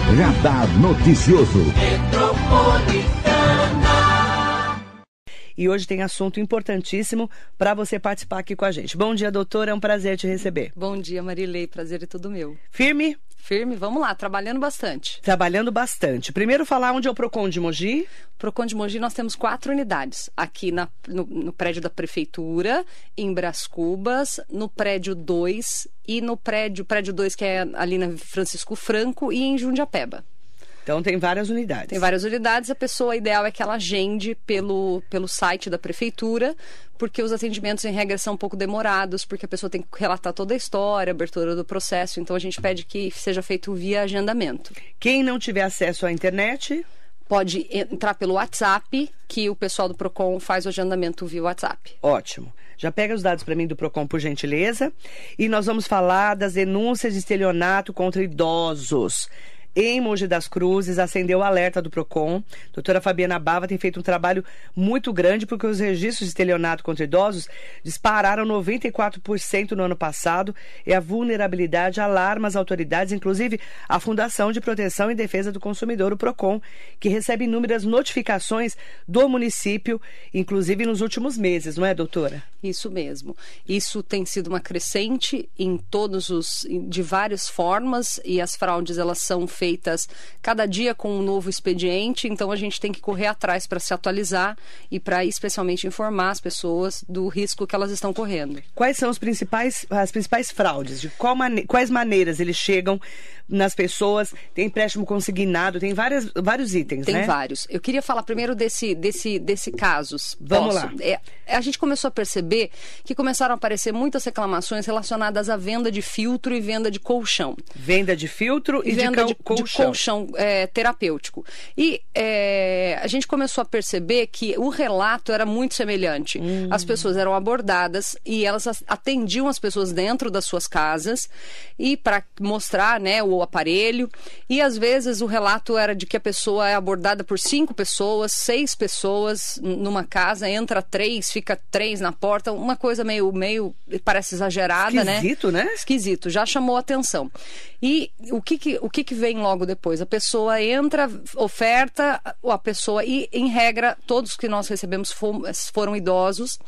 Radar Noticioso. E hoje tem assunto importantíssimo para você participar aqui com a gente. Bom dia, doutora, é um prazer te receber. Bom dia, Marilei, prazer é todo meu. Firme? Firme, vamos lá, trabalhando bastante. Trabalhando bastante. Primeiro falar onde é o PROCON de Mogi. PROCON de Mogi nós temos 4 unidades. Aqui no prédio da Prefeitura, em Brás Cubas, no prédio 2 e no prédio 2 que é ali na Francisco Franco e em Jundiapeba. Então tem várias unidades. Tem várias unidades. A pessoa ideal é que ela agende pelo site da prefeitura, porque os atendimentos em regra são um pouco demorados, porque a pessoa tem que relatar toda a história, a abertura do processo. Então a gente pede que seja feito via agendamento. Quem não tiver acesso à internet pode entrar pelo WhatsApp, que o pessoal do PROCON faz o agendamento via WhatsApp. Ótimo. Já pega os dados para mim do PROCON, por gentileza. E nós vamos falar das denúncias de estelionato contra idosos. Em Mogi das Cruzes, acendeu o alerta do PROCON. Doutora Fabiana Bava tem feito um trabalho muito grande, porque os registros de estelionato contra idosos dispararam 94% no ano passado e a vulnerabilidade alarma as autoridades, inclusive a Fundação de Proteção e Defesa do Consumidor, o PROCON, que recebe inúmeras notificações do município, inclusive nos últimos meses, não é, doutora? Isso mesmo. Isso tem sido uma crescente de várias formas, e as fraudes elas são feitas cada dia com um novo expediente, então a gente tem que correr atrás para se atualizar e para especialmente informar as pessoas do risco que elas estão correndo. Quais são as principais fraudes? De quais maneiras eles chegam nas pessoas? Tem empréstimo consignado, tem vários itens, tem, né? Tem vários. Eu queria falar primeiro desse casos. Vamos lá. A gente começou a perceber que começaram a aparecer muitas reclamações relacionadas à venda de filtro e venda de colchão. Venda de filtro e venda de colchão terapêutico. E a gente começou a perceber que o relato era muito semelhante. As pessoas eram abordadas e elas atendiam as pessoas dentro das suas casas e para mostrar, né, o aparelho. E às vezes o relato era de que a pessoa é abordada por 5 pessoas, 6 pessoas numa casa, entra 3, fica 3 na porta, uma coisa meio parece exagerada, esquisito, né? Esquisito, já chamou a atenção. E o que vem logo depois? A pessoa entra, oferta, a pessoa, e em regra, todos que nós recebemos foram idosos,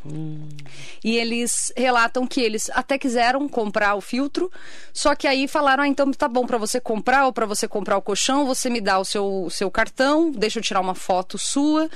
e eles relatam que eles até quiseram comprar o filtro, só que aí falaram, então tá bom, para você comprar ou para você comprar o colchão, você me dá o seu cartão, deixa eu tirar uma foto sua,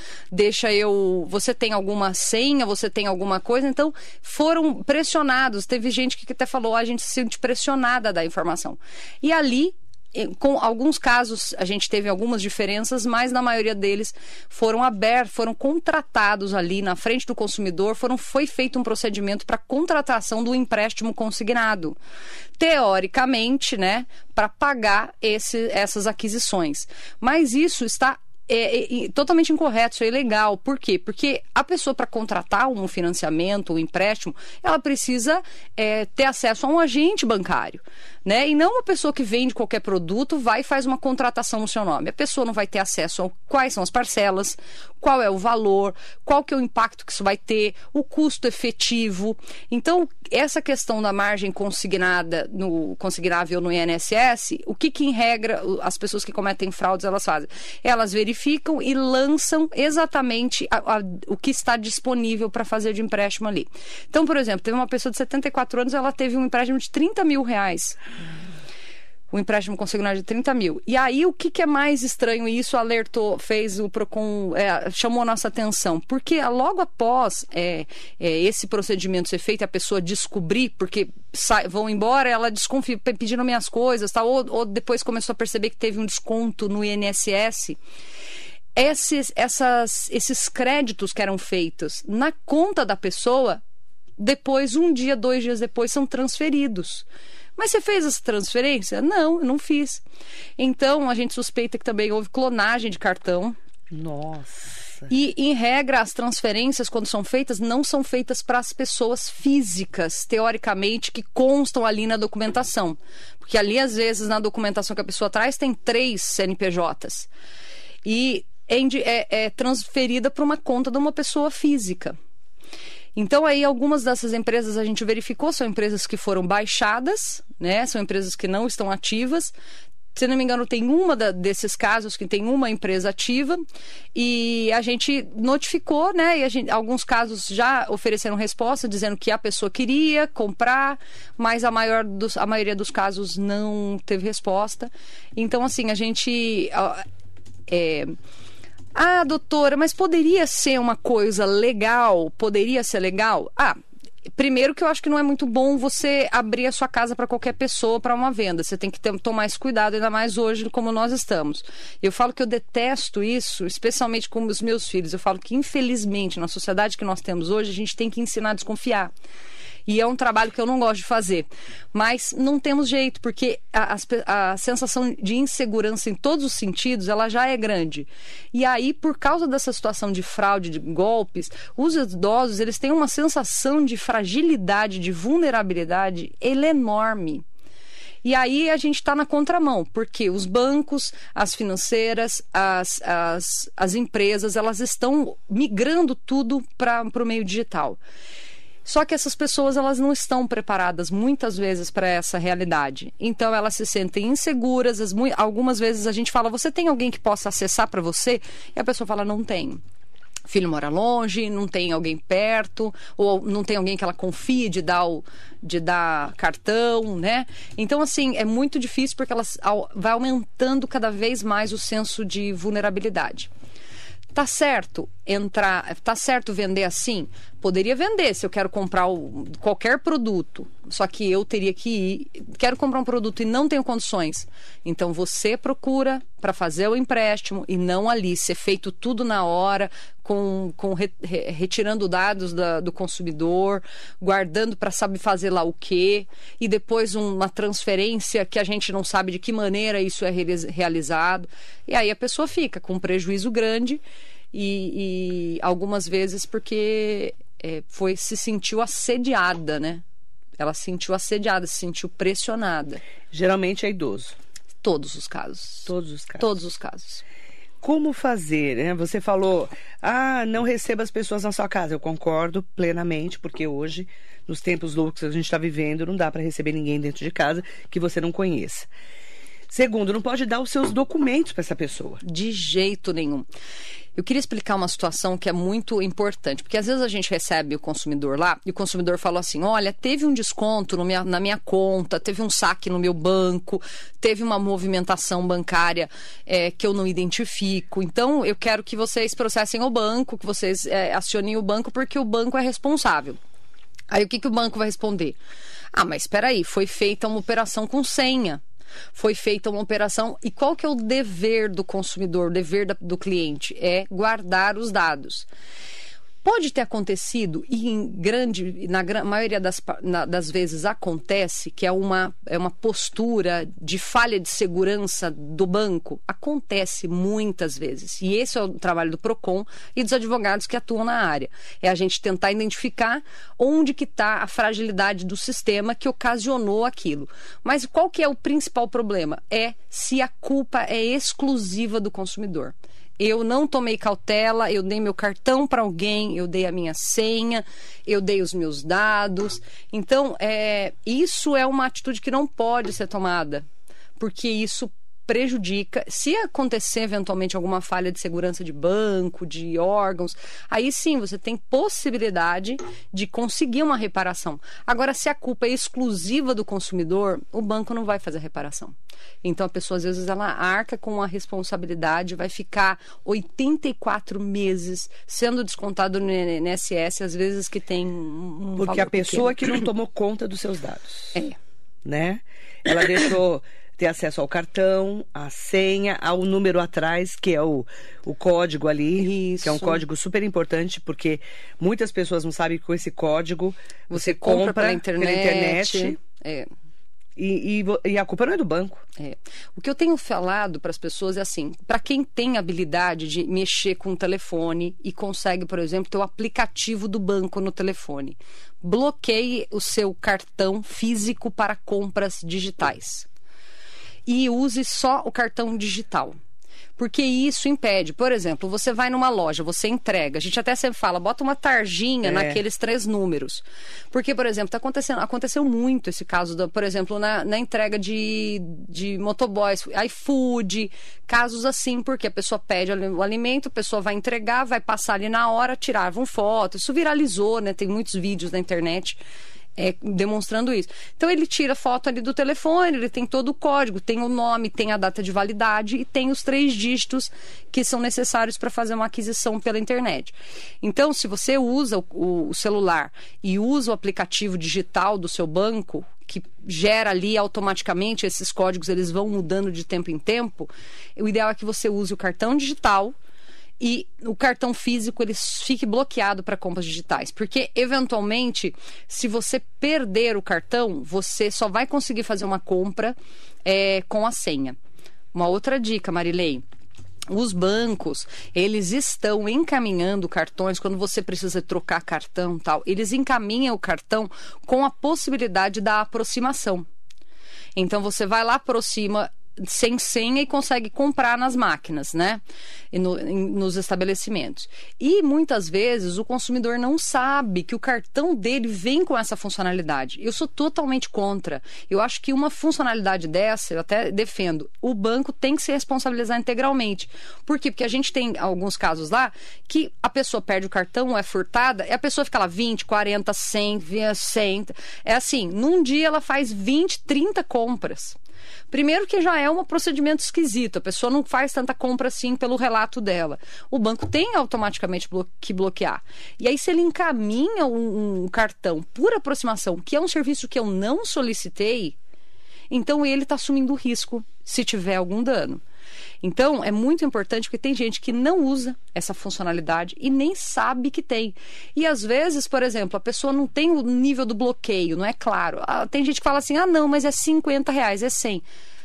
você tem alguma senha, você tem alguma coisa, então foram pressionados, teve gente que até falou, a gente se sente pressionada a dar informação. E ali, com alguns casos, a gente teve algumas diferenças, mas na maioria deles foram contratados ali na frente do consumidor, foi feito um procedimento para contratação do empréstimo consignado. Teoricamente, né, para pagar essas aquisições. Mas isso está totalmente incorreto, isso é ilegal. Por quê? Porque a pessoa, para contratar um financiamento, um empréstimo, ela precisa ter acesso a um agente bancário, né? E não uma pessoa que vende qualquer produto vai e faz uma contratação no seu nome. A pessoa não vai ter acesso a quais são as parcelas, qual é o valor, qual que é o impacto que isso vai ter, o custo efetivo. Então, essa questão da margem consignável no INSS, o que em regra as pessoas que cometem fraudes elas fazem? Elas verificam e lançam exatamente o que está disponível para fazer de empréstimo ali. Então, por exemplo, teve uma pessoa de 74 anos, ela teve um empréstimo de R$30 mil. O empréstimo consignado de 30 mil. E aí, o que é mais estranho? Isso fez o PROCON, chamou a nossa atenção. Porque logo após esse procedimento ser feito, a pessoa descobrir, porque vão embora, ela desconfia, pedindo minhas coisas, tá? Ou depois começou a perceber que teve um desconto no INSS. Esses créditos que eram feitos na conta da pessoa, depois, 1 dia, 2 dias depois, são transferidos. Mas você fez essa transferência? Não, eu não fiz. Então, a gente suspeita que também houve clonagem de cartão. Nossa. E, em regra, as transferências, quando são feitas, não são feitas para as pessoas físicas, teoricamente, que constam ali na documentação. Porque ali, às vezes, na documentação que a pessoa traz, tem 3 CNPJs. E é transferida para uma conta de uma pessoa física. Então, aí, algumas dessas empresas a gente verificou, são empresas que foram baixadas, né? São empresas que não estão ativas. Se não me engano, tem desses casos que tem uma empresa ativa e a gente notificou, né? E alguns casos já ofereceram resposta dizendo que a pessoa queria comprar, mas a maioria dos casos não teve resposta. Então, assim, a gente... doutora, mas poderia ser uma coisa legal? Poderia ser legal? Primeiro que eu acho que não é muito bom você abrir a sua casa para qualquer pessoa para uma venda. Você tem que tomar esse cuidado, ainda mais hoje como nós estamos. Eu falo que eu detesto isso, especialmente com os meus filhos. Eu falo que, infelizmente, na sociedade que nós temos hoje, a gente tem que ensinar a desconfiar. E é um trabalho que eu não gosto de fazer. Mas não temos jeito, porque a sensação de insegurança em todos os sentidos, ela já é grande. E aí, por causa dessa situação de fraude, de golpes, os idosos, eles têm uma sensação de fragilidade, de vulnerabilidade, ele é enorme. E aí a gente está na contramão, porque os bancos, as financeiras, as empresas, elas estão migrando tudo para o meio digital. Só que essas pessoas, elas não estão preparadas muitas vezes para essa realidade. Então elas se sentem inseguras. Algumas vezes a gente fala, você tem alguém que possa acessar para você? E a pessoa fala, não tenho. Filho mora longe, não tem alguém perto, ou não tem alguém que ela confie de dar cartão, né? Então, assim, é muito difícil porque vai aumentando cada vez mais o senso de vulnerabilidade. Tá certo vender assim? Poderia vender se eu quero comprar qualquer produto, só que eu teria que quero comprar um produto e não tenho condições. Então você procura para fazer o empréstimo e não ali, ser feito tudo na hora, retirando dados do consumidor, guardando para saber fazer lá o quê, e depois uma transferência que a gente não sabe de que maneira isso é realizado. E aí a pessoa fica com um prejuízo grande e algumas vezes porque se sentiu assediada, né? Ela se sentiu assediada, se sentiu pressionada. Geralmente é idoso. Todos os casos. Todos os casos. Todos os casos. Como fazer, né? Você falou, não receba as pessoas na sua casa. Eu concordo plenamente, porque hoje, nos tempos loucos que a gente está vivendo, não dá para receber ninguém dentro de casa que você não conheça. Segundo, não pode dar os seus documentos para essa pessoa. De jeito nenhum. Eu queria explicar uma situação que é muito importante, porque às vezes a gente recebe o consumidor lá e o consumidor falou assim, olha, teve um desconto na minha conta, teve um saque no meu banco, teve uma movimentação bancária que eu não identifico, então eu quero que vocês processem o banco, que vocês acionem o banco, porque o banco é responsável. Aí o que o banco vai responder? Mas espera aí, foi feita uma operação com senha. Foi feita uma operação. E qual que é o dever do consumidor, o dever do cliente? É guardar os dados. Pode ter acontecido, e na maioria das vezes acontece, que é uma postura de falha de segurança do banco. Acontece muitas vezes. E esse é o trabalho do PROCON e dos advogados que atuam na área. É a gente tentar identificar onde que está a fragilidade do sistema que ocasionou aquilo. Mas qual que é o principal problema? É se a culpa é exclusiva do consumidor. Eu não tomei cautela, eu dei meu cartão para alguém, eu dei a minha senha, eu dei os meus dados. Então, isso é uma atitude que não pode ser tomada, porque isso prejudica. Se acontecer eventualmente alguma falha de segurança de banco, de órgãos, aí sim você tem possibilidade de conseguir uma reparação. Agora, se a culpa é exclusiva do consumidor, o banco não vai fazer a reparação. Então a pessoa às vezes ela arca com a responsabilidade, vai ficar 84 meses sendo descontado no INSS, às vezes que tem um porque a pessoa pequeno. Que não tomou conta dos seus dados. Né? Ela deixou ter acesso ao cartão, à senha, ao número atrás, que é o código ali. Isso. Que é um código super importante, porque muitas pessoas não sabem que com esse código você compra pela internet. E a culpa não é do banco. O que eu tenho falado para as pessoas é assim, para quem tem habilidade de mexer com o telefone e consegue, por exemplo, ter o aplicativo do banco no telefone, bloqueie o seu cartão físico para compras digitais. E use só o cartão digital. Porque isso impede. Por exemplo, você vai numa loja, você entrega. A gente até sempre fala, bota uma tarjinha naqueles 3 números. Porque, por exemplo, aconteceu muito esse caso, por exemplo, na entrega de motoboys, iFood, casos assim, porque a pessoa pede o alimento, a pessoa vai entregar, vai passar ali na hora, tiravam foto. Isso viralizou, né? Tem muitos vídeos na internet demonstrando isso. Então ele tira foto ali do telefone, ele tem todo o código, tem o nome, tem a data de validade e tem os 3 dígitos que são necessários para fazer uma aquisição pela internet. Então, se você usa o celular e usa o aplicativo digital do seu banco, que gera ali automaticamente esses códigos, eles vão mudando de tempo em tempo, o ideal é que você use o cartão digital e o cartão físico ele fique bloqueado para compras digitais, porque eventualmente, se você perder o cartão, você só vai conseguir fazer uma compra com a senha. Uma outra dica, Marilei: os bancos, eles estão encaminhando cartões, quando você precisa trocar cartão e tal, eles encaminham o cartão com a possibilidade da aproximação. Então você vai lá, aproxima sem senha e consegue comprar nas máquinas, né? E nos estabelecimentos. E muitas vezes o consumidor não sabe que o cartão dele vem com essa funcionalidade. Eu sou totalmente contra. Eu acho que uma funcionalidade dessa, eu até defendo, o banco tem que se responsabilizar integralmente. Por quê? Porque a gente tem alguns casos lá que a pessoa perde o cartão, é furtada, e a pessoa fica lá 20, 40, 100, 100. É assim, num dia ela faz 20, 30 compras. Primeiro que já é um procedimento esquisito, a pessoa não faz tanta compra assim pelo relato dela. O banco tem automaticamente que bloquear. E aí se ele encaminha um cartão por aproximação, que é um serviço que eu não solicitei, então ele está assumindo o risco se tiver algum dano. Então, é muito importante porque tem gente que não usa essa funcionalidade e nem sabe que tem. E às vezes, por exemplo, a pessoa não tem o nível do bloqueio, não é claro. Tem gente que fala assim, não, mas é R$50, é 100.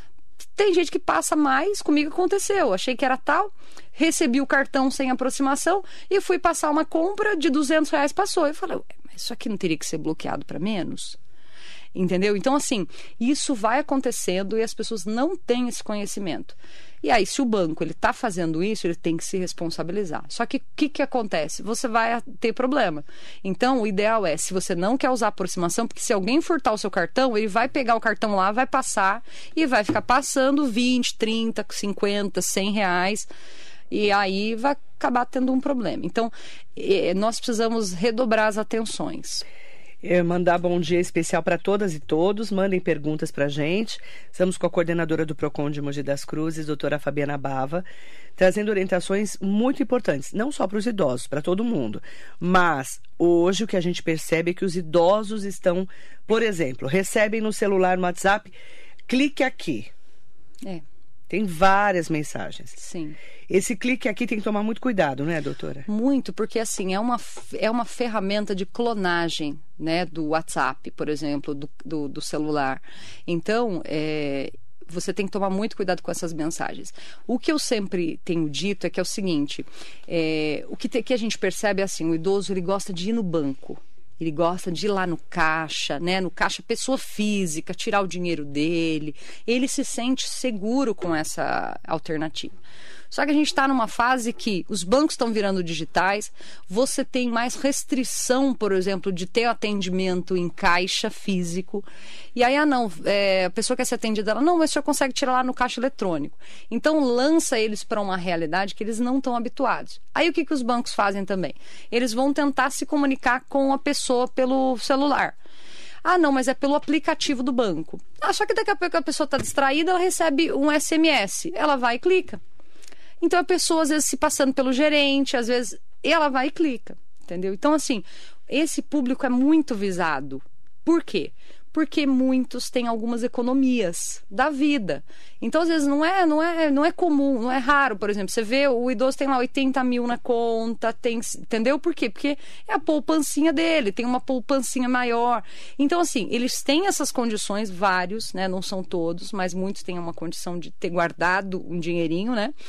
Tem gente que passa mais, comigo aconteceu. Achei que era tal, recebi o cartão sem aproximação e fui passar uma compra de R$200, passou. Eu falei, mas isso aqui não teria que ser bloqueado para menos? Entendeu? Então, assim, isso vai acontecendo e as pessoas não têm esse conhecimento. E aí, se o banco ele está fazendo isso, ele tem que se responsabilizar. Só que o que acontece? Você vai ter problema. Então, o ideal é, se você não quer usar aproximação, porque se alguém furtar o seu cartão, ele vai pegar o cartão lá, vai passar e vai ficar passando 20, 30, 50, R$100. E aí vai acabar tendo um problema. Então, nós precisamos redobrar as atenções. Mandar bom dia especial para todas e todos. Mandem perguntas para a gente. Estamos com a coordenadora do PROCON de Mogi das Cruzes, doutora Fabiana Bava, trazendo orientações muito importantes, não só para os idosos, para todo mundo. Mas hoje o que a gente percebe é que os idosos estão, por exemplo, recebem no celular, no WhatsApp, clique aqui. Tem várias mensagens. Sim. Esse clique aqui tem que tomar muito cuidado, não é, doutora? Muito, porque assim, é uma ferramenta de clonagem, né, do WhatsApp, por exemplo, do celular. Então, você tem que tomar muito cuidado com essas mensagens. O que eu sempre tenho dito é que é o seguinte, o que a gente percebe é assim, o idoso ele gosta de ir no banco. Ele gosta de ir lá no caixa, né? No caixa pessoa física, tirar o dinheiro dele. Ele se sente seguro com essa alternativa. Só que a gente está numa fase que os bancos estão virando digitais, você tem mais restrição, por exemplo, de ter atendimento em caixa físico. E aí, a pessoa quer ser atendida, não, mas o senhor consegue tirar lá no caixa eletrônico. Então, lança eles para uma realidade que eles não estão habituados. Aí, o que os bancos fazem também? Eles vão tentar se comunicar com a pessoa pelo celular. Não, mas é pelo aplicativo do banco. Só que daqui a pouco a pessoa está distraída, ela recebe um SMS. Ela vai e clica. Então, a pessoa, às vezes, se passando pelo gerente, às vezes, ela vai e clica, entendeu? Então, assim, esse público é muito visado. Por quê? Porque muitos têm algumas economias da vida. Então, às vezes, não é comum, não é raro, por exemplo. Você vê, o idoso tem lá 80 mil na conta, entendeu? Por quê? Porque é a poupancinha dele, tem uma poupancinha maior. Então, assim, eles têm essas condições, vários, né? Não são todos, mas muitos têm uma condição de ter guardado um dinheirinho, né?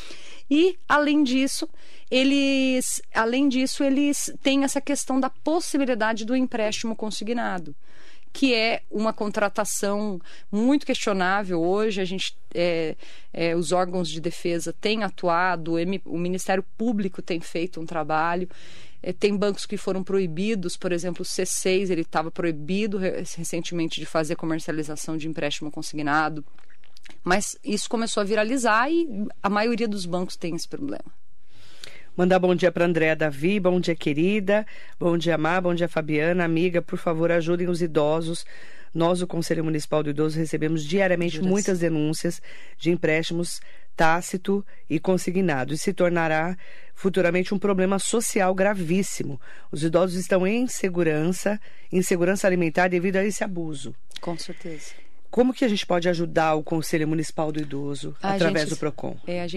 E, além disso, eles têm essa questão da possibilidade do empréstimo consignado, que é uma contratação muito questionável hoje. A gente, os órgãos de defesa têm atuado, o Ministério Público tem feito um trabalho. Tem bancos que foram proibidos, por exemplo, o C6, ele estava proibido recentemente de fazer comercialização de empréstimo consignado, mas isso começou a viralizar e a maioria dos bancos tem esse problema. Mandar bom dia para Andréa Davi, bom dia querida, bom dia Má, bom dia Fabiana, amiga, por favor ajudem os idosos. Nós, o Conselho Municipal do Idoso, recebemos diariamente muitas denúncias de empréstimos tácito e consignado, e se tornará futuramente um problema social gravíssimo. Os idosos estão em insegurança alimentar devido a esse abuso. Com certeza. Como que a gente pode ajudar o Conselho Municipal do Idoso através do PROCON?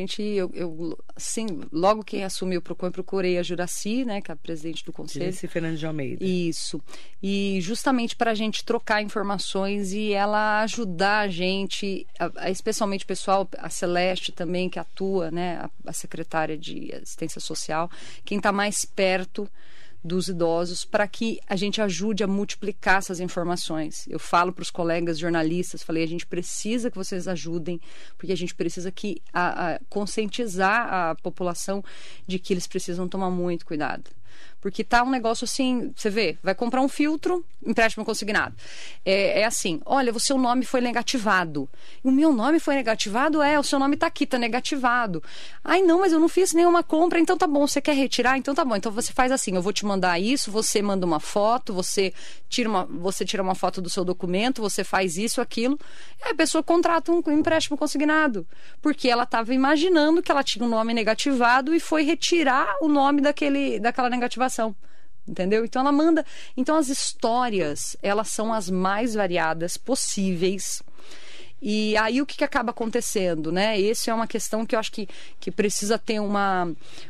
Logo que assumi o PROCON, eu procurei a Juraci, né, que é a presidente do Conselho. Juraci Fernandes de Almeida. Isso. E justamente para a gente trocar informações e ela ajudar a gente, especialmente o pessoal, a Celeste também, que atua, né, a secretária de Assistência Social, quem está mais perto dos idosos, para que a gente ajude a multiplicar essas informações. Eu falo para os colegas jornalistas, falei, a gente precisa que vocês ajudem, porque a gente precisa conscientizar a população de que eles precisam tomar muito cuidado. Porque tá um negócio assim, você vê, vai comprar um filtro, empréstimo consignado. É assim, olha, o seu nome foi negativado. O meu nome foi negativado? O seu nome tá aqui, tá negativado. Ai, não, mas eu não fiz nenhuma compra, então tá bom, você quer retirar? Então tá bom, então você faz assim, eu vou te mandar isso, você manda uma foto, você tira uma foto do seu documento, você faz isso, aquilo. E a pessoa contrata um empréstimo consignado, porque ela estava imaginando que ela tinha um nome negativado e foi retirar o nome daquela negativação. Entendeu? Então ela manda. Então as histórias, elas são as mais variadas possíveis. E aí o que acaba acontecendo, né? Essa é uma questão que eu acho que precisa ter uma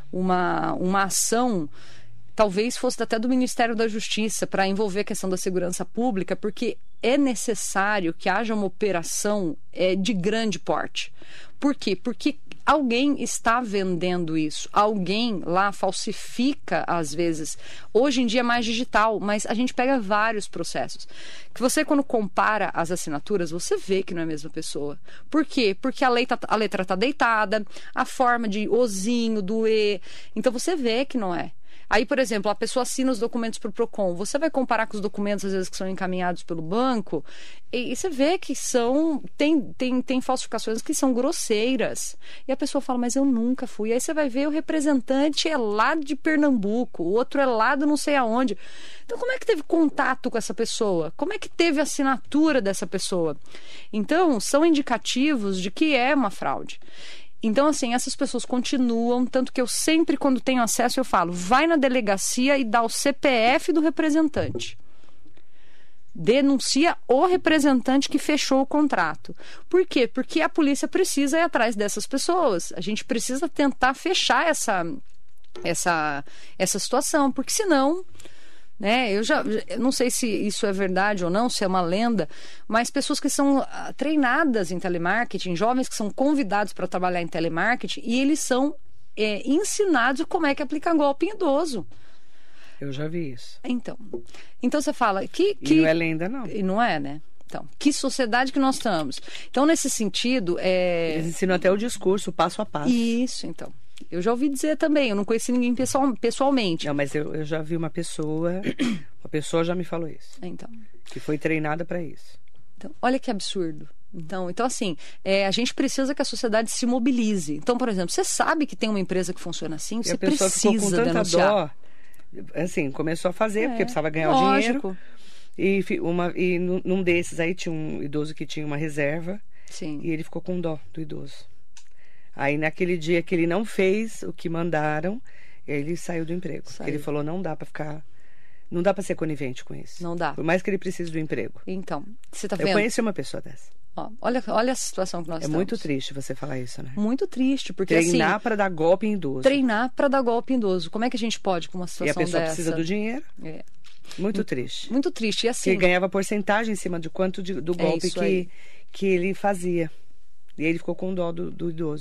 ação, talvez fosse até do Ministério da Justiça, para envolver a questão da segurança pública, porque é necessário que haja uma operação de grande porte. Por quê? Porque alguém está vendendo isso. Alguém lá falsifica, às vezes. Hoje em dia é mais digital, mas a gente pega vários processos. Que você, quando compara as assinaturas, você vê que não é a mesma pessoa. Por quê? Porque a letra está deitada, a forma de ozinho, do E. Então você vê que não é. Aí, por exemplo, a pessoa assina os documentos para o PROCON. Você vai comparar com os documentos, às vezes, que são encaminhados pelo banco, e você vê que tem falsificações que são grosseiras. E a pessoa fala, mas eu nunca fui. Aí você vai ver, o representante é lá de Pernambuco, o outro é lá do não sei aonde. Então, como é que teve contato com essa pessoa? Como é que teve a assinatura dessa pessoa? Então, são indicativos de que é uma fraude. Então, assim, essas pessoas continuam, tanto que eu sempre, quando tenho acesso, eu falo, vai na delegacia e dá o CPF do representante. Denuncia o representante que fechou o contrato. Por quê? Porque a polícia precisa ir atrás dessas pessoas. A gente precisa tentar fechar essa situação, porque senão... Eu não sei se isso é verdade ou não, se é uma lenda, mas pessoas que são treinadas em telemarketing, jovens que são convidados para trabalhar em telemarketing, e eles são ensinados como é que aplica golpe em idoso. Eu já vi isso. Então você fala que... E não é lenda, não. E não é, né? Então, que sociedade que nós estamos? Então, nesse sentido... Eles ensinam até o discurso, passo a passo. Isso, então. Eu já ouvi dizer também, eu não conheci ninguém pessoalmente. Não, mas eu já vi uma pessoa já me falou isso. Então. Que foi treinada para isso. Então, olha que absurdo. Então assim, a gente precisa que a sociedade se mobilize. Então, por exemplo, você sabe que tem uma empresa que funciona assim, você precisa ficou com tanta denunciar. Dó, assim, começou a fazer, porque precisava ganhar o dinheiro. E num desses aí tinha um idoso que tinha uma reserva. Sim. E ele ficou com dó do idoso. Aí naquele dia que ele não fez o que mandaram, ele saiu do emprego. Ele falou, não dá para ser conivente com isso. Não dá. Por mais que ele precise do emprego. Então, você tá vendo? Eu conheci uma pessoa dessa. Olha a situação que nós estamos. É muito triste você falar isso, né? Muito triste, porque treinar para dar golpe em idoso. Treinar para dar golpe em idoso. Como é que a gente pode com uma situação dessa? E a pessoa precisa do dinheiro. Muito triste. Muito triste. E assim... Ele ganhava porcentagem em cima de quanto do golpe que ele fazia. E ele ficou com dó do idoso.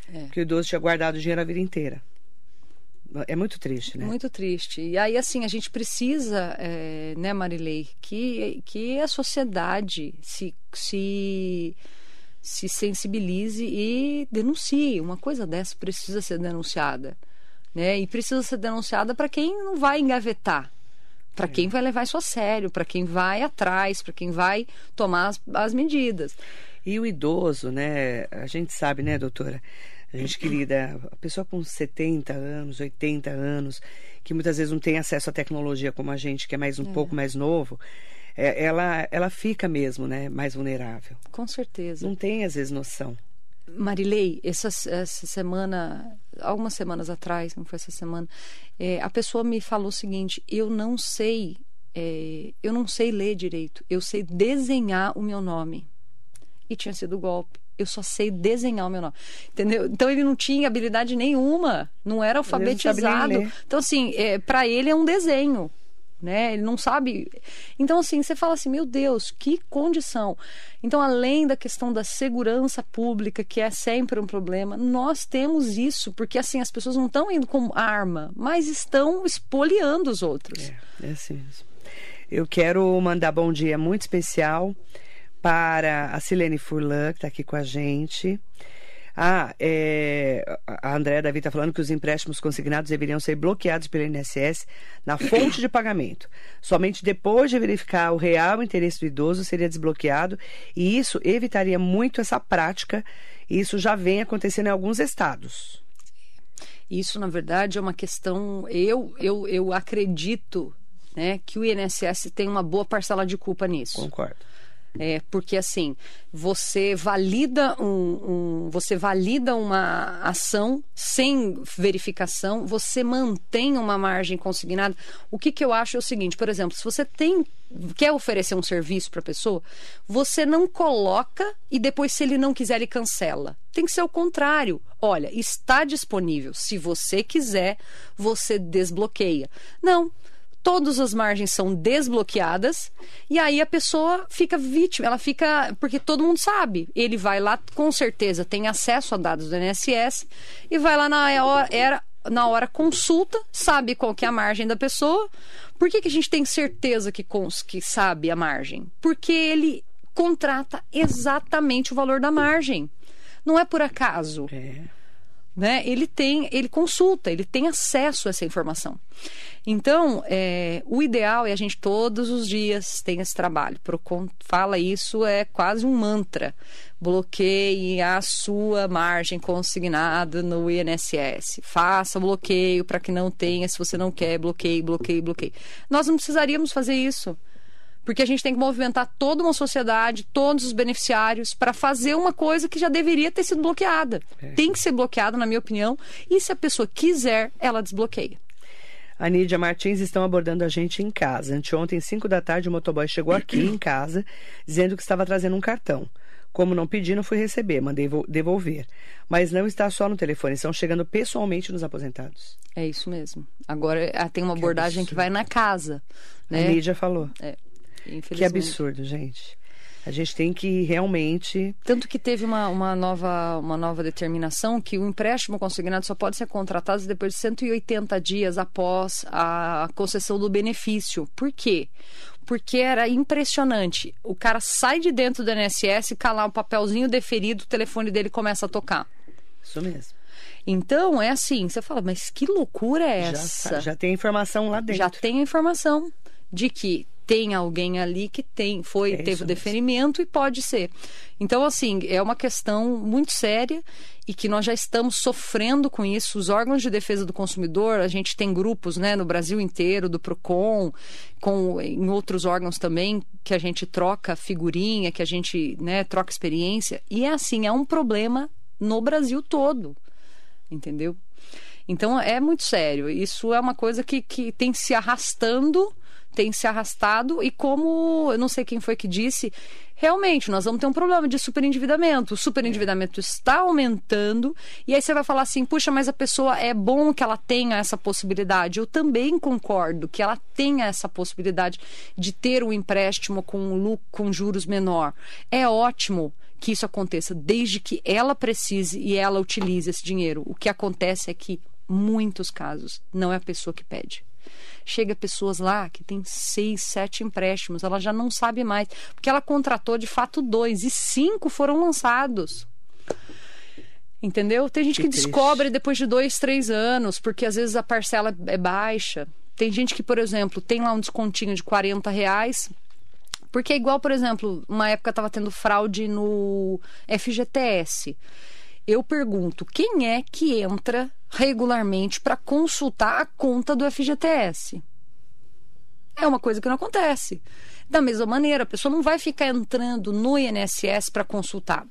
Que o idoso tinha guardado dinheiro a vida inteira. É muito triste, né? Muito triste. E aí, assim, a gente precisa, né, Marilei, que a sociedade se sensibilize e denuncie. Uma coisa dessa precisa ser denunciada, né? E precisa ser denunciada para quem não vai engavetar, para quem vai levar isso a sério, para quem vai atrás, para quem vai tomar as medidas. E o idoso, né? A gente sabe, né, doutora? A gente que lida, a pessoa com 70 anos, 80 anos, que muitas vezes não tem acesso à tecnologia como a gente, que é mais um pouco mais novo, ela fica mesmo, né, mais vulnerável. Com certeza. Não tem, às vezes, noção. Marilei, essa semana, algumas semanas atrás, não foi essa semana, a pessoa me falou o seguinte: eu não sei ler direito, eu sei desenhar o meu nome. E tinha sido golpe. Eu só sei desenhar o meu nome, entendeu? Então ele não tinha habilidade nenhuma, não era alfabetizado. Então assim, para ele é um desenho, né? Ele não sabe. Então assim, você fala assim, meu Deus, que condição. Então, além da questão da segurança pública, que é sempre um problema, nós temos isso, porque assim, as pessoas não estão indo com arma, mas estão espoliando os outros. É assim mesmo. Eu quero mandar bom dia muito especial para a Silene Furlan, que está aqui com a gente. A Andréa Davi está falando que os empréstimos consignados deveriam ser bloqueados pelo INSS na fonte de pagamento. Somente depois de verificar o real interesse do idoso seria desbloqueado, e isso evitaria muito essa prática, e isso já vem acontecendo em alguns estados. Isso, na verdade, é uma questão... Eu acredito, né, que o INSS tem uma boa parcela de culpa nisso. Concordo. Porque assim, você valida uma ação sem verificação, você mantém uma margem consignada. O que eu acho é o seguinte, por exemplo, se você quer oferecer um serviço para a pessoa, você não coloca e depois, se ele não quiser, ele cancela. Tem que ser o contrário. Olha, está disponível. Se você quiser, você desbloqueia. Não. Todas as margens são desbloqueadas e aí a pessoa fica vítima, ela fica... Porque todo mundo sabe, ele vai lá, com certeza tem acesso a dados do INSS e vai lá na hora consulta, sabe qual que é a margem da pessoa. Por que a gente tem certeza que sabe a margem? Porque ele contrata exatamente o valor da margem. Não é por acaso. Né? Ele consulta, ele tem acesso a essa informação. Então, o ideal é a gente todos os dias tem esse trabalho. Procon fala isso, é quase um mantra. Bloqueie a sua margem consignada no INSS. Faça o bloqueio para que não tenha, se você não quer, bloqueie, bloqueie, bloqueie. Nós não precisaríamos fazer isso. Porque a gente tem que movimentar toda uma sociedade, todos os beneficiários, para fazer uma coisa que já deveria ter sido bloqueada. Tem que ser bloqueada, na minha opinião. E se a pessoa quiser, ela desbloqueia. A Nídia Martins estão abordando a gente em casa. Anteontem, 5 da tarde, o motoboy chegou aqui em casa, dizendo que estava trazendo um cartão. Como não pedi, não fui receber, mandei devolver. Mas não está só no telefone, estão chegando pessoalmente nos aposentados. É isso mesmo. Agora tem uma abordagem que vai na casa. Né? A Nídia falou. Que absurdo, gente. A gente tem que realmente... Tanto que teve uma nova determinação que o empréstimo consignado só pode ser contratado depois de 180 dias após a concessão do benefício. Por quê? Porque era impressionante. O cara sai de dentro do INSS, calar um papelzinho deferido, o telefone dele começa a tocar. Isso mesmo. Então, é assim, você fala, mas que loucura é essa? Já tem informação lá dentro. Já tem a informação de que tem alguém ali que teve o deferimento e pode ser. Então, assim, é uma questão muito séria e que nós já estamos sofrendo com isso. Os órgãos de defesa do consumidor, a gente tem grupos, né, no Brasil inteiro, do PROCON, em outros órgãos também, que a gente troca figurinha, que a gente, né, troca experiência. E é assim, é um problema no Brasil todo, entendeu? Então, é muito sério. Isso é uma coisa que tem se arrastado, e como, eu não sei quem foi que disse, realmente nós vamos ter um problema de superendividamento. O superendividamento está aumentando e aí você vai falar assim, puxa, mas a pessoa, é bom que ela tenha essa possibilidade. Eu também concordo que ela tenha essa possibilidade de ter um empréstimo com juros menor. É ótimo que isso aconteça, desde que ela precise e ela utilize esse dinheiro. O que acontece é que, muitos casos, não é a pessoa que pede. Chega pessoas lá que tem 6, 7 empréstimos, ela já não sabe mais, porque ela contratou de fato 2 e 5 foram lançados. Entendeu? Tem gente que descobre depois de 2, 3 anos, porque às vezes a parcela é baixa. Tem gente que, por exemplo, tem lá um descontinho de R$40, porque é igual, por exemplo, uma época estava tendo fraude no FGTS. Eu pergunto, quem é que entra regularmente para consultar a conta do FGTS? É uma coisa que não acontece. Da mesma maneira, a pessoa não vai ficar entrando no INSS para consultar.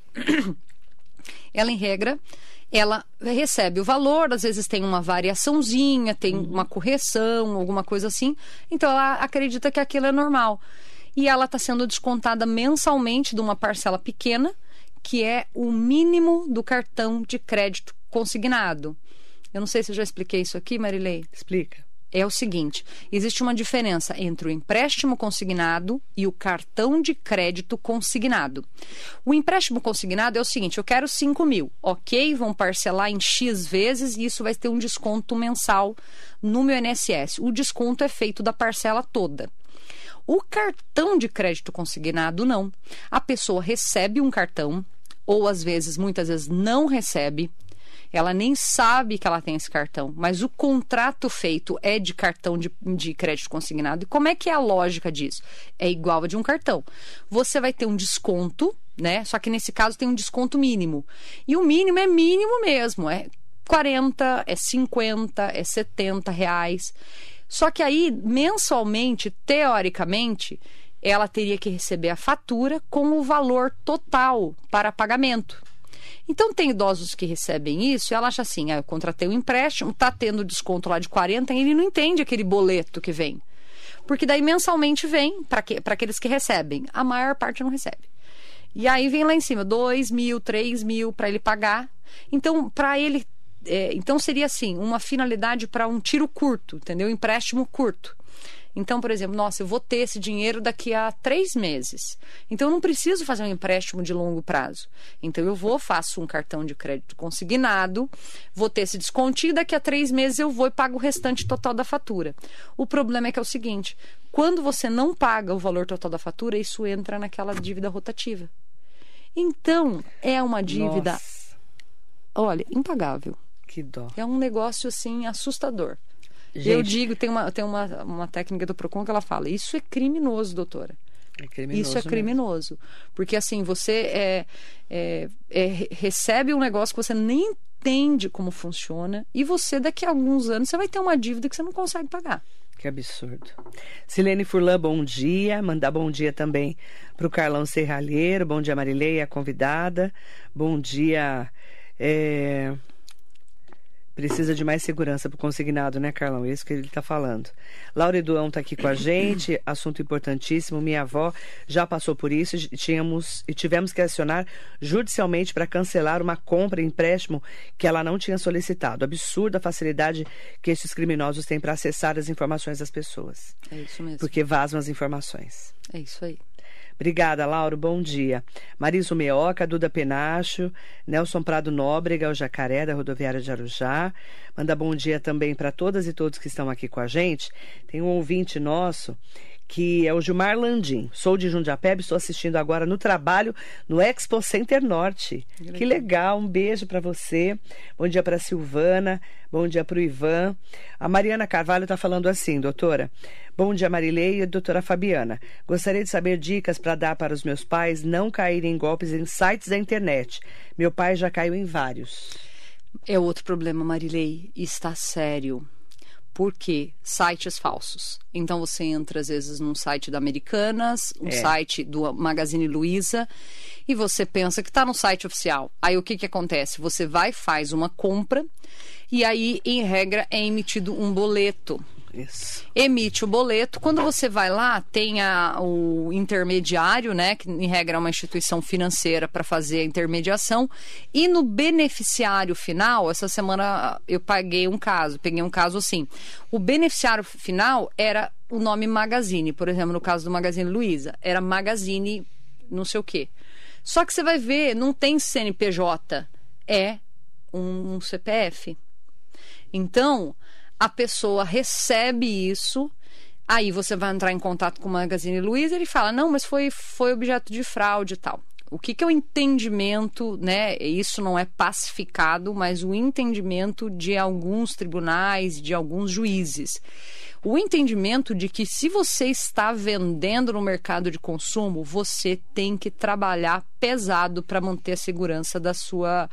Ela, em regra, ela recebe o valor, às vezes tem uma variaçãozinha, tem uma correção, alguma coisa assim. Então, ela acredita que aquilo é normal. E ela está sendo descontada mensalmente de uma parcela pequena, que é o mínimo do cartão de crédito consignado. Eu não sei se eu já expliquei isso aqui, Marilei. Explica. É o seguinte, existe uma diferença entre o empréstimo consignado e o cartão de crédito consignado. O empréstimo consignado é o seguinte, eu quero 5 mil, ok, vão parcelar em X vezes e isso vai ter um desconto mensal no meu INSS. O desconto é feito da parcela toda. O cartão de crédito consignado, não. A pessoa recebe um cartão, ou às vezes, muitas vezes, não recebe. Ela nem sabe que ela tem esse cartão, mas o contrato feito é de cartão de crédito consignado. E como é que é a lógica disso? É igual a de um cartão. Você vai ter um desconto, né? Só que nesse caso tem um desconto mínimo. E o mínimo é mínimo mesmo, é 40, é 50, é 70 reais. Só que aí, mensalmente, teoricamente, ela teria que receber a fatura com o valor total para pagamento. Então, tem idosos que recebem isso e ela acha assim, eu contratei um empréstimo, está tendo desconto lá de 40 e ele não entende aquele boleto que vem. Porque daí, mensalmente, vem para aqueles que recebem. A maior parte não recebe. E aí, vem lá em cima, 2 mil, 3 mil para ele pagar. Então, para ele... então, seria assim, uma finalidade para um tiro curto, entendeu? Empréstimo curto. Então, por exemplo, nossa, eu vou ter esse dinheiro daqui a 3 meses. Então, eu não preciso fazer um empréstimo de longo prazo. Então, faço um cartão de crédito consignado, vou ter esse descontinho e daqui a 3 meses eu vou e pago o restante total da fatura. O problema é que é o seguinte, quando você não paga o valor total da fatura, isso entra naquela dívida rotativa. Então, é uma dívida, Nossa, olha, impagável. que dó. É um negócio, assim, assustador. Gente, Eu digo, tem uma técnica do PROCON que ela fala, isso é criminoso, doutora. é criminoso Isso é criminoso. Porque assim, você recebe um negócio que você nem entende como funciona e você, daqui a alguns anos, você vai ter uma dívida que você não consegue pagar. Que absurdo. Silene Furlan, bom dia. Mandar bom dia também para o Carlão Serralheiro. Bom dia, Marilei, a convidada. Bom dia... Precisa de mais segurança para o consignado, né, Carlão? É isso que ele está falando. Laura Eduão está aqui com a gente, assunto importantíssimo. Minha avó já passou por isso e tivemos que acionar judicialmente para cancelar uma compra e empréstimo que ela não tinha solicitado. Absurda a facilidade que estes criminosos têm para acessar as informações das pessoas. É isso mesmo. Porque vazam as informações. É isso aí. Obrigada, Lauro. Bom dia. Mariso Meoca, Duda Penacho, Nelson Prado Nóbrega, o Jacaré, da Rodoviária de Arujá. Manda bom dia também para todas e todos que estão aqui com a gente. Tem um ouvinte nosso que é o Gilmar Landim. Sou de Jundiapeba, estou assistindo agora no trabalho no Expo Center Norte. Que legal, um beijo para você. Bom dia para a Silvana, bom dia para o Ivan. A Mariana Carvalho está falando assim, doutora. Bom dia, Marilei e doutora Fabiana. Gostaria de saber dicas para dar para os meus pais não caírem em golpes em sites da internet. Meu pai já caiu em vários. É outro problema, Marilei. Está sério. Por quê? Sites falsos. Então você entra às vezes num site da Americanas, site do Magazine Luiza, e você pensa que está no site oficial. Aí o que acontece? Você vai, faz uma compra, e aí, em regra, é emitido um boleto. Isso. Emite o boleto. Quando você vai lá, tem o intermediário, né? Que em regra é uma instituição financeira para fazer a intermediação. E no beneficiário final, essa semana eu peguei um caso assim. O beneficiário final era o nome Magazine. Por exemplo, no caso do Magazine Luiza, era Magazine não sei o quê. Só que você vai ver, não tem CNPJ, é um CPF. Então, a pessoa recebe isso, aí você vai entrar em contato com o Magazine Luiza e ele fala, não, mas foi objeto de fraude e tal. O que é o entendimento, né? Isso não é pacificado, mas o entendimento de alguns tribunais, de alguns juízes. O entendimento de que se você está vendendo no mercado de consumo, você tem que trabalhar pesado para manter a segurança da sua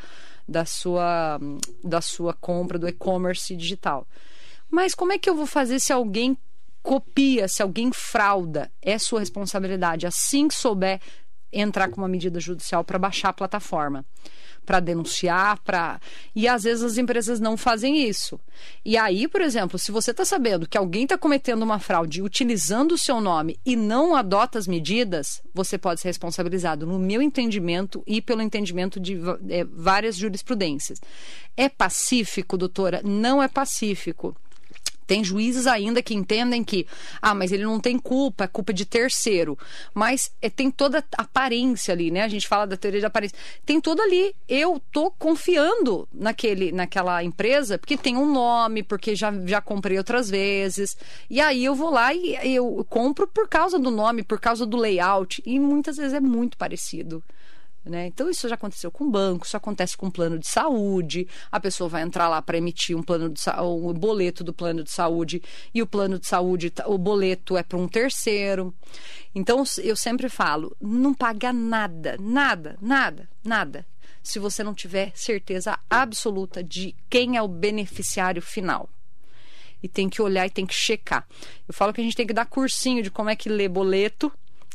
compra, do e-commerce digital. Mas como é que eu vou fazer se alguém copia, se alguém frauda? É sua responsabilidade. Assim que souber, entrar com uma medida judicial para baixar a plataforma, para denunciar, e às vezes as empresas não fazem isso. E aí, por exemplo, se você está sabendo que alguém está cometendo uma fraude utilizando o seu nome e não adota as medidas, você pode ser responsabilizado, no meu entendimento e pelo entendimento de várias jurisprudências. É pacífico, doutora? Não é pacífico. Tem juízes ainda que entendem que, mas ele não tem culpa, é culpa de terceiro. Mas tem toda a aparência ali, né? A gente fala da teoria de aparência. Tem tudo ali. Eu tô confiando naquela empresa porque tem um nome, porque já comprei outras vezes. E aí eu vou lá e eu compro por causa do nome, por causa do layout. E muitas vezes é muito parecido. Né? Então isso já aconteceu com banco, isso acontece com plano de saúde. A pessoa vai entrar lá para emitir um boleto do plano de saúde e o plano de saúde, o boleto é para um terceiro. Então eu sempre falo, não paga nada, se você não tiver certeza absoluta de quem é o beneficiário final. E tem que olhar e tem que checar. Eu falo que a gente tem que dar cursinho de como é que lê boleto,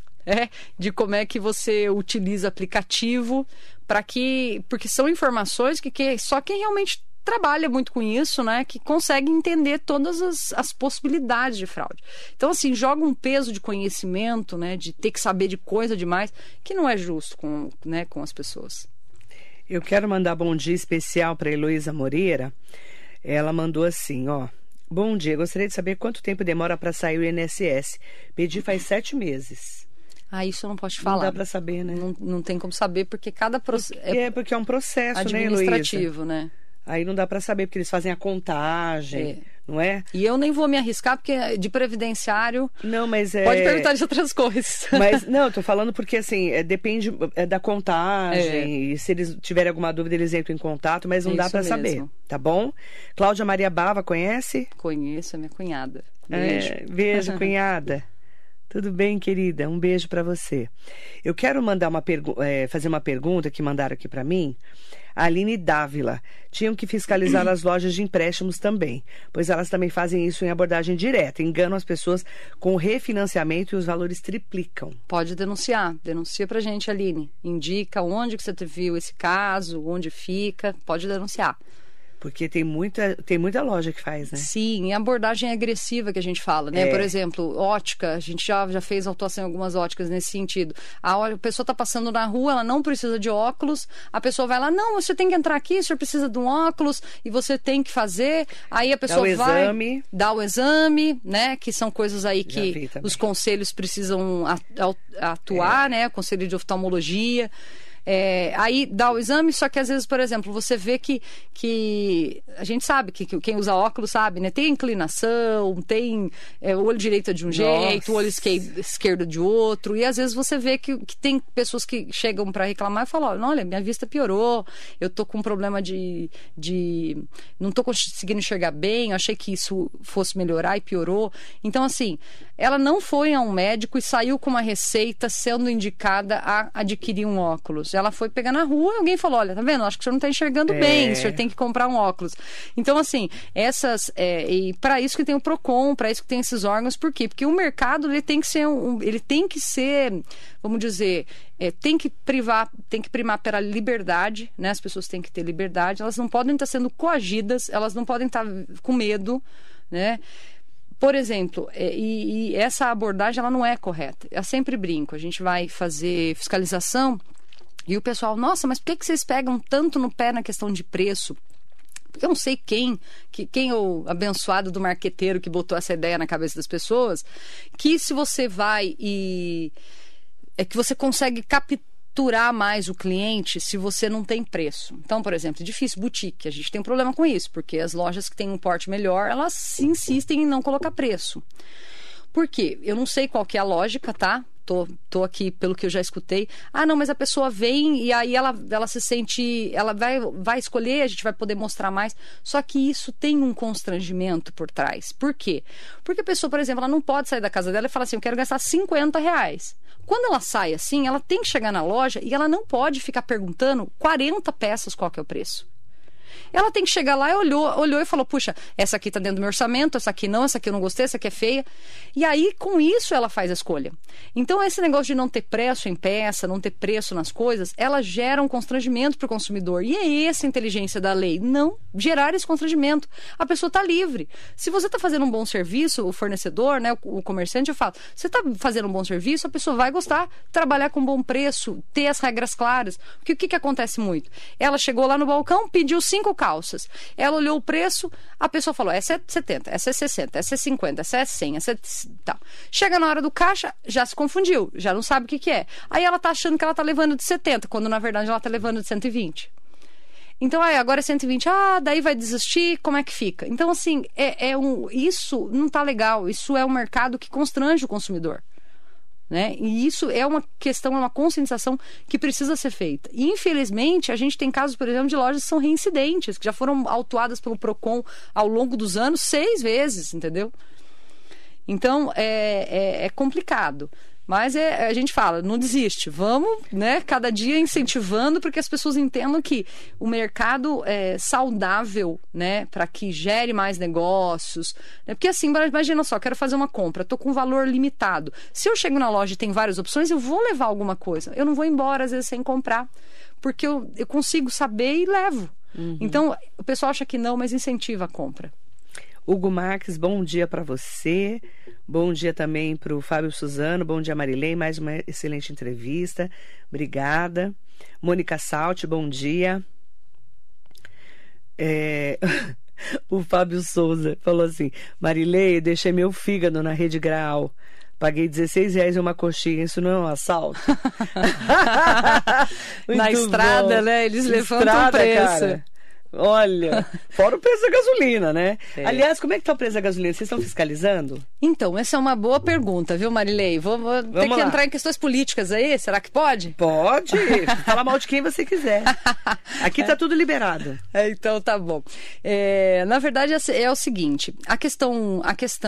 de como é que você utiliza aplicativo, porque são informações que só quem realmente trabalha muito com isso, né, que consegue entender todas as possibilidades de fraude. Então, assim, joga um peso de conhecimento, né, de ter que saber de coisa demais, que não é justo com as pessoas. Eu quero mandar bom dia especial para Heloísa Moreira. Ela mandou assim, bom dia, gostaria de saber quanto tempo demora para sair o INSS. Pedi faz 7 meses. Isso eu não posso te falar. Não dá para saber, né? Não tem como saber, porque cada processo... Porque é um processo, administrativo, né? Aí não dá para saber, porque eles fazem a contagem, não é? E eu nem vou me arriscar, porque de previdenciário... Não, mas pode perguntar de outras coisas. Mas, não, eu tô falando porque, assim, depende da contagem, e se eles tiverem alguma dúvida, eles entram em contato, mas não dá para saber, tá bom? Cláudia Maria Bava, conhece? Conheço, é minha cunhada. Beijo. Beijo, cunhada. Tudo bem, querida? Um beijo para você. Eu quero mandar fazer uma pergunta que mandaram aqui para mim. A Aline Dávila. Tinham que fiscalizar as lojas de empréstimos também, pois elas também fazem isso em abordagem direta. Enganam as pessoas com refinanciamento e os valores triplicam. Pode denunciar. Denuncia pra gente, Aline. Indica onde que você viu esse caso, onde fica. Pode denunciar. Porque tem muita loja que faz, né? Sim, e a abordagem agressiva que a gente fala, né? Por exemplo, ótica, a gente já fez autuação em algumas óticas nesse sentido. A pessoa está passando na rua, ela não precisa de óculos, a pessoa vai lá, não, você tem que entrar aqui, o senhor precisa de um óculos, e você tem que fazer, aí a pessoa dá o exame, né? Que são coisas aí que os conselhos precisam atuar, né? O conselho de oftalmologia. Aí dá o exame, só que às vezes, por exemplo, você vê que a gente sabe que quem usa óculos sabe, né? Tem inclinação, tem o olho direito de um jeito, o olho esquerdo de outro, e às vezes você vê que tem pessoas que chegam para reclamar e falam, olha, minha vista piorou, eu tô com um problema de não tô conseguindo enxergar bem, eu achei que isso fosse melhorar e piorou. Então, assim, ela não foi a um médico e saiu com uma receita sendo indicada a adquirir um óculos. Ela foi pegar na rua e alguém falou, olha, tá vendo? Acho que o senhor não está enxergando bem, o senhor tem que comprar um óculos. Então, assim, e para isso que tem o PROCON, para isso que tem esses órgãos, por quê? Porque o mercado, ele tem que ser, vamos dizer, tem que primar pela liberdade, né? As pessoas têm que ter liberdade, elas não podem estar sendo coagidas, elas não podem estar com medo, né? Por exemplo, e essa abordagem, ela não é correta. Eu sempre brinco, a gente vai fazer fiscalização e o pessoal, nossa, mas por que vocês pegam tanto no pé na questão de preço? Porque eu não sei quem é o abençoado do marqueteiro que botou essa ideia na cabeça das pessoas, que se você vai que você consegue capturar mais o cliente se você não tem preço. Então, por exemplo, é difícil boutique, a gente tem um problema com isso, porque as lojas que têm um porte melhor, elas insistem em não colocar preço. Por quê? Eu não sei qual que é a lógica, tá? Tô aqui pelo que eu já escutei. Ah, não, mas a pessoa vem e aí ela se sente... Ela vai escolher, a gente vai poder mostrar mais. Só que isso tem um constrangimento por trás. Por quê? Porque a pessoa, por exemplo, ela não pode sair da casa dela e falar assim, eu quero gastar R$50. Quando ela sai assim, ela tem que chegar na loja e ela não pode ficar perguntando 40 peças qual que é o preço. Ela tem que chegar lá e olhou e falou, puxa, essa aqui tá dentro do meu orçamento, essa aqui não, essa aqui eu não gostei, essa aqui é feia. E aí, com isso, ela faz a escolha. Então, esse negócio de não ter preço em peça, não ter preço nas coisas, ela gera um constrangimento para o consumidor. E é essa a inteligência da lei, não gerar esse constrangimento. A pessoa está livre. Se você está fazendo um bom serviço, o fornecedor, né, o comerciante, eu falo, você está fazendo um bom serviço, a pessoa vai gostar, trabalhar com bom preço, ter as regras claras. Porque o que acontece muito? Ela chegou lá no balcão, pediu 5 calças. Ela olhou o preço, a pessoa falou, essa é 70, essa é 60, essa é 50, essa é 100, essa é... Tá. Chega na hora do caixa, já se confundiu, já não sabe o que é. Aí ela tá achando que ela tá levando de 70, quando na verdade ela tá levando de 120. Então, agora é 120, daí vai desistir, como é que fica? Então, assim, isso não tá legal, isso é um mercado que constrange o consumidor. Né? E isso é uma questão, é uma conscientização que precisa ser feita. E, infelizmente, a gente tem casos, por exemplo, de lojas que são reincidentes, que já foram autuadas pelo PROCON ao longo dos anos 6 vezes, entendeu? Então, é complicado. Mas a gente fala, não desiste, vamos, né, cada dia incentivando para que as pessoas entendam que o mercado é saudável, né, para que gere mais negócios, né, porque assim, imagina só, quero fazer uma compra, estou com um valor limitado, se eu chego na loja e tem várias opções, eu vou levar alguma coisa, eu não vou embora às vezes sem comprar, porque eu consigo saber e levo. Então, o pessoal acha que não, mas incentiva a compra. Hugo Marques, bom dia para você. Bom dia também para o Fábio Suzano. Bom dia, Marilei. Mais uma excelente entrevista. Obrigada. Mônica Salti, bom dia. O Fábio Souza falou assim, Marilei, deixei meu fígado na Rede Graal. Paguei R$16 em uma coxinha, isso não é um assalto? Na estrada, bom. Né? Eles levantam o preço. Cara. Olha, fora o preço da gasolina, né? Aliás, como é que tá o preço da gasolina? Vocês estão fiscalizando? Então, essa é uma boa pergunta, viu, Marilei? Vou ter que entrar em questões políticas aí, será que pode? Pode, fala mal de quem você quiser. Aqui tá tudo liberado. Então tá bom. Na verdade, é o seguinte, a questão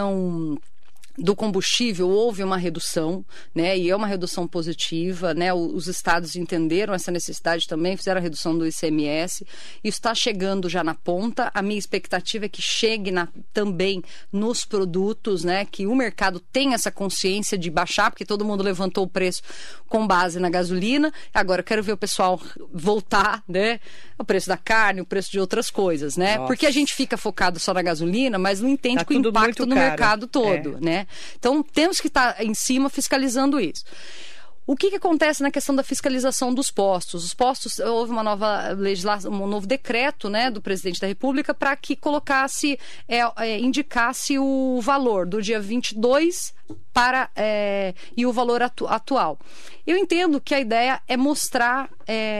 do combustível, houve uma redução, né, e é uma redução positiva, né, os estados entenderam essa necessidade também, fizeram a redução do ICMS, isso está chegando já na ponta, a minha expectativa é que chegue também nos produtos, né, que o mercado tenha essa consciência de baixar, porque todo mundo levantou o preço com base na gasolina, agora eu quero ver o pessoal voltar, né, o preço da carne, o preço de outras coisas, né, Nossa. Porque a gente fica focado só na gasolina, mas não entende o impacto no mercado todo, né. Então, temos que estar em cima fiscalizando isso. O que acontece na questão da fiscalização dos postos? Os postos, houve uma nova legislação, um novo decreto, né, do presidente da República para que colocasse, indicasse o valor do dia 22 e o valor atual. Eu entendo que a ideia é mostrar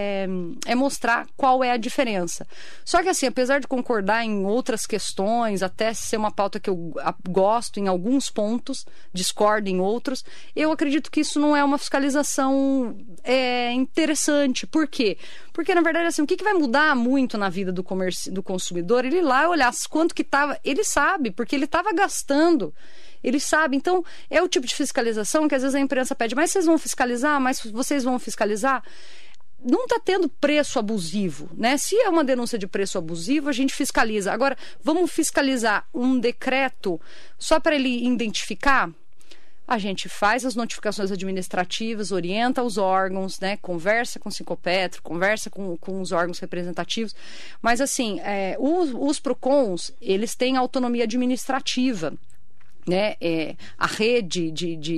qual é a diferença. Só que assim, apesar de concordar em outras questões, até ser uma pauta que eu gosto em alguns pontos, discordo em outros, eu acredito que isso não é uma fiscalização interessante. Por quê? Porque, na verdade, assim, o que vai mudar muito na vida do consumidor? Ele ir lá e olhar quanto que estava... Ele sabe, porque ele estava gastando. Ele sabe. Então, é o tipo de fiscalização que às vezes a imprensa pede, mas vocês vão fiscalizar? Mas vocês vão fiscalizar? Não está tendo preço abusivo, né? Se é uma denúncia de preço abusivo, a gente fiscaliza. Agora, vamos fiscalizar um decreto só para ele identificar? A gente faz as notificações administrativas, orienta os órgãos, né? Conversa com o Sincompetro, conversa com os órgãos representativos. Mas, assim, os PROCONs, eles têm autonomia administrativa, né? A rede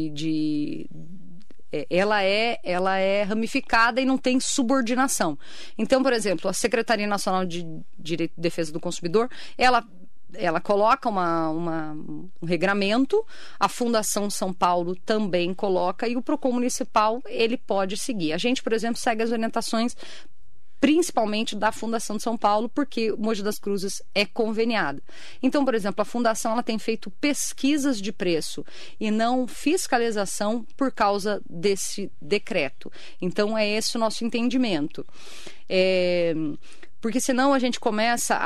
ela é ramificada e não tem subordinação. Então, por exemplo, a Secretaria Nacional de Direito e Defesa do Consumidor, ela ela coloca um regramento, a Fundação São Paulo também coloca, e o PROCON municipal, ele pode seguir. A gente, por exemplo, segue as orientações principalmente da Fundação de São Paulo, porque Mogi das Cruzes é conveniada. Então, por exemplo, a Fundação ela tem feito pesquisas de preço e não fiscalização por causa desse decreto. Então, é esse o nosso entendimento. Porque senão a gente começa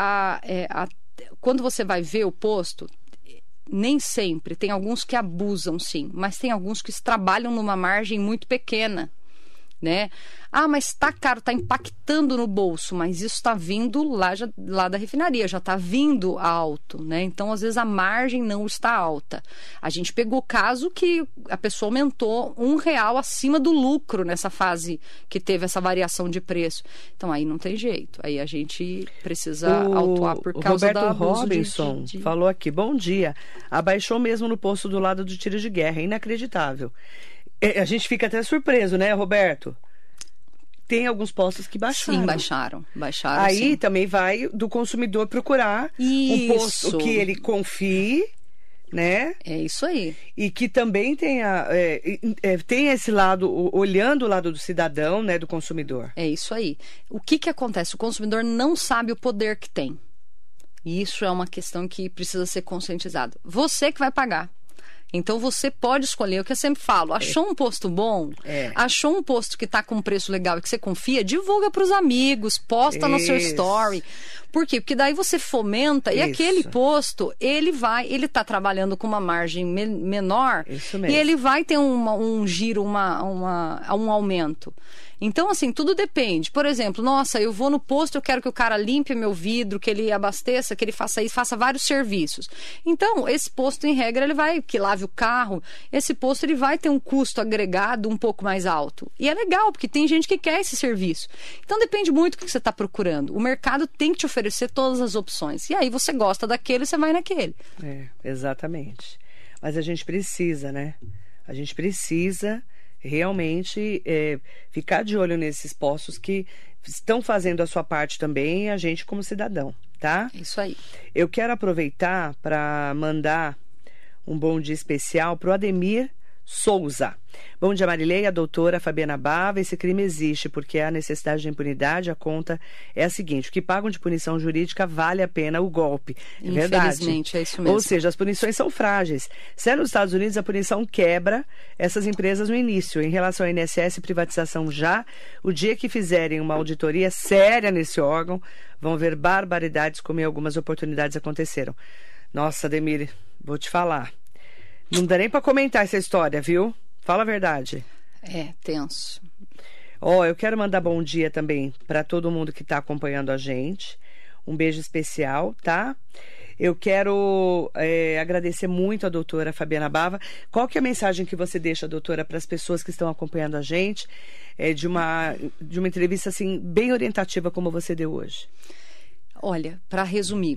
quando você vai ver o posto, nem sempre, tem alguns que abusam sim, mas tem alguns que trabalham numa margem muito pequena, né? Ah, mas está caro, está impactando no bolso, mas isso está vindo lá da refinaria, já está vindo alto, né? Então, às vezes, a margem não está alta. A gente pegou o caso que a pessoa aumentou R$1 acima do lucro nessa fase que teve essa variação de preço. Então, aí não tem jeito. Aí a gente precisa autuar por causa da abuso Robinson falou aqui, bom dia. Abaixou mesmo no posto do lado do tiro de guerra, inacreditável. A gente fica até surpreso, né, Roberto? Tem alguns postos que baixaram. Sim, baixaram. Aí sim. Também vai do consumidor procurar um posto que ele confie, né? É isso aí. E que também tenha esse lado, olhando o lado do cidadão, né, do consumidor. É isso aí. O que acontece? O consumidor não sabe o poder que tem. E isso é uma questão que precisa ser conscientizada. Você que vai pagar. Então, você pode escolher, o que eu sempre falo, achou um posto bom, achou um posto que está com um preço legal e que você confia, divulga para os amigos, posta no seu story. Por quê? Porque daí você fomenta e aquele posto, ele está trabalhando com uma margem menor e ele vai ter um giro, um aumento. Então, assim, tudo depende. Por exemplo, nossa, eu vou no posto, eu quero que o cara limpe meu vidro, que ele abasteça, que ele faça isso, faça vários serviços. Então, esse posto, em regra, que lave o carro, esse posto ele vai ter um custo agregado um pouco mais alto. E é legal, porque tem gente que quer esse serviço. Então, depende muito do que você está procurando. O mercado tem que te oferecer todas as opções. E aí, você gosta daquele, você vai naquele. Exatamente. Mas a gente precisa, né? A gente precisa realmente ficar de olho nesses postos que estão fazendo a sua parte também, a gente como cidadão, tá? Isso aí. Eu quero aproveitar para mandar um bom dia especial para o Ademir Souza. Bom dia, Marilei, a doutora Fabiana Bava. Esse crime existe porque há necessidade de impunidade. A conta é a seguinte: o que pagam de punição jurídica vale a pena o golpe. É verdade. Infelizmente, é isso mesmo. Ou seja, as punições são frágeis. Se é nos Estados Unidos, a punição quebra essas empresas no início. Em relação ao INSS, privatização já, o dia que fizerem uma auditoria séria nesse órgão, vão ver barbaridades como em algumas oportunidades aconteceram. Nossa, Ademir, vou te falar. Não dá nem para comentar essa história, viu? Fala a verdade. Tenso. Eu quero mandar bom dia também para todo mundo que está acompanhando a gente. Um beijo especial, tá? Eu quero agradecer muito a doutora Fabiana Bava. Qual que é a mensagem que você deixa, doutora, para as pessoas que estão acompanhando a gente de uma entrevista assim bem orientativa como você deu hoje? Olha, para resumir,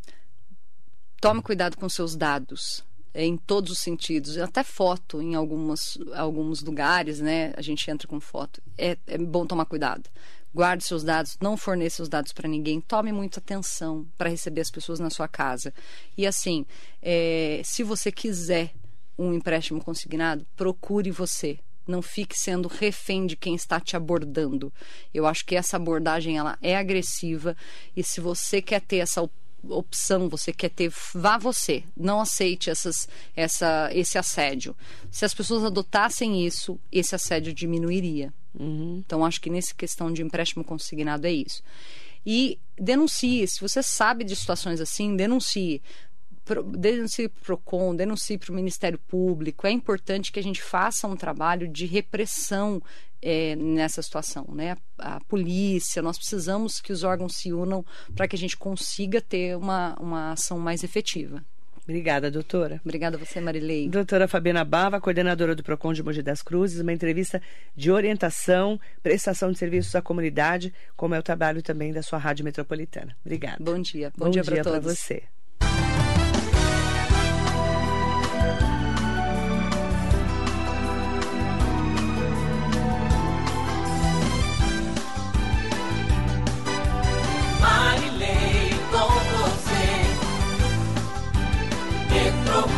tome cuidado com seus dados. Em todos os sentidos, até foto em alguns lugares, né? A gente entra com foto. É bom tomar cuidado. Guarde seus dados, não forneça os dados para ninguém. Tome muita atenção para receber as pessoas na sua casa. E assim, se você quiser um empréstimo consignado, procure você. Não fique sendo refém de quem está te abordando. Eu acho que essa abordagem ela é agressiva e se você quer ter essa opção, você quer ter, vá você, não aceite esse assédio. Se as pessoas adotassem isso, esse assédio diminuiria. Então acho que nessa questão de empréstimo consignado é isso. E denuncie, se você sabe de situações assim, denuncie para o PROCON, denuncie para o Ministério Público. É importante que a gente faça um trabalho de repressão nessa situação, né? A polícia, nós precisamos que os órgãos se unam para que a gente consiga ter uma ação mais efetiva. Obrigada, doutora. Obrigada a você, Marilei. Doutora Fabiana Bava, coordenadora do PROCON de Mogi das Cruzes, uma entrevista de orientação, prestação de serviços à comunidade, como é o trabalho também da sua Rádio Metropolitana. Obrigada. Bom dia. Bom dia para todos. Para você.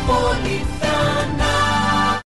Polifônica.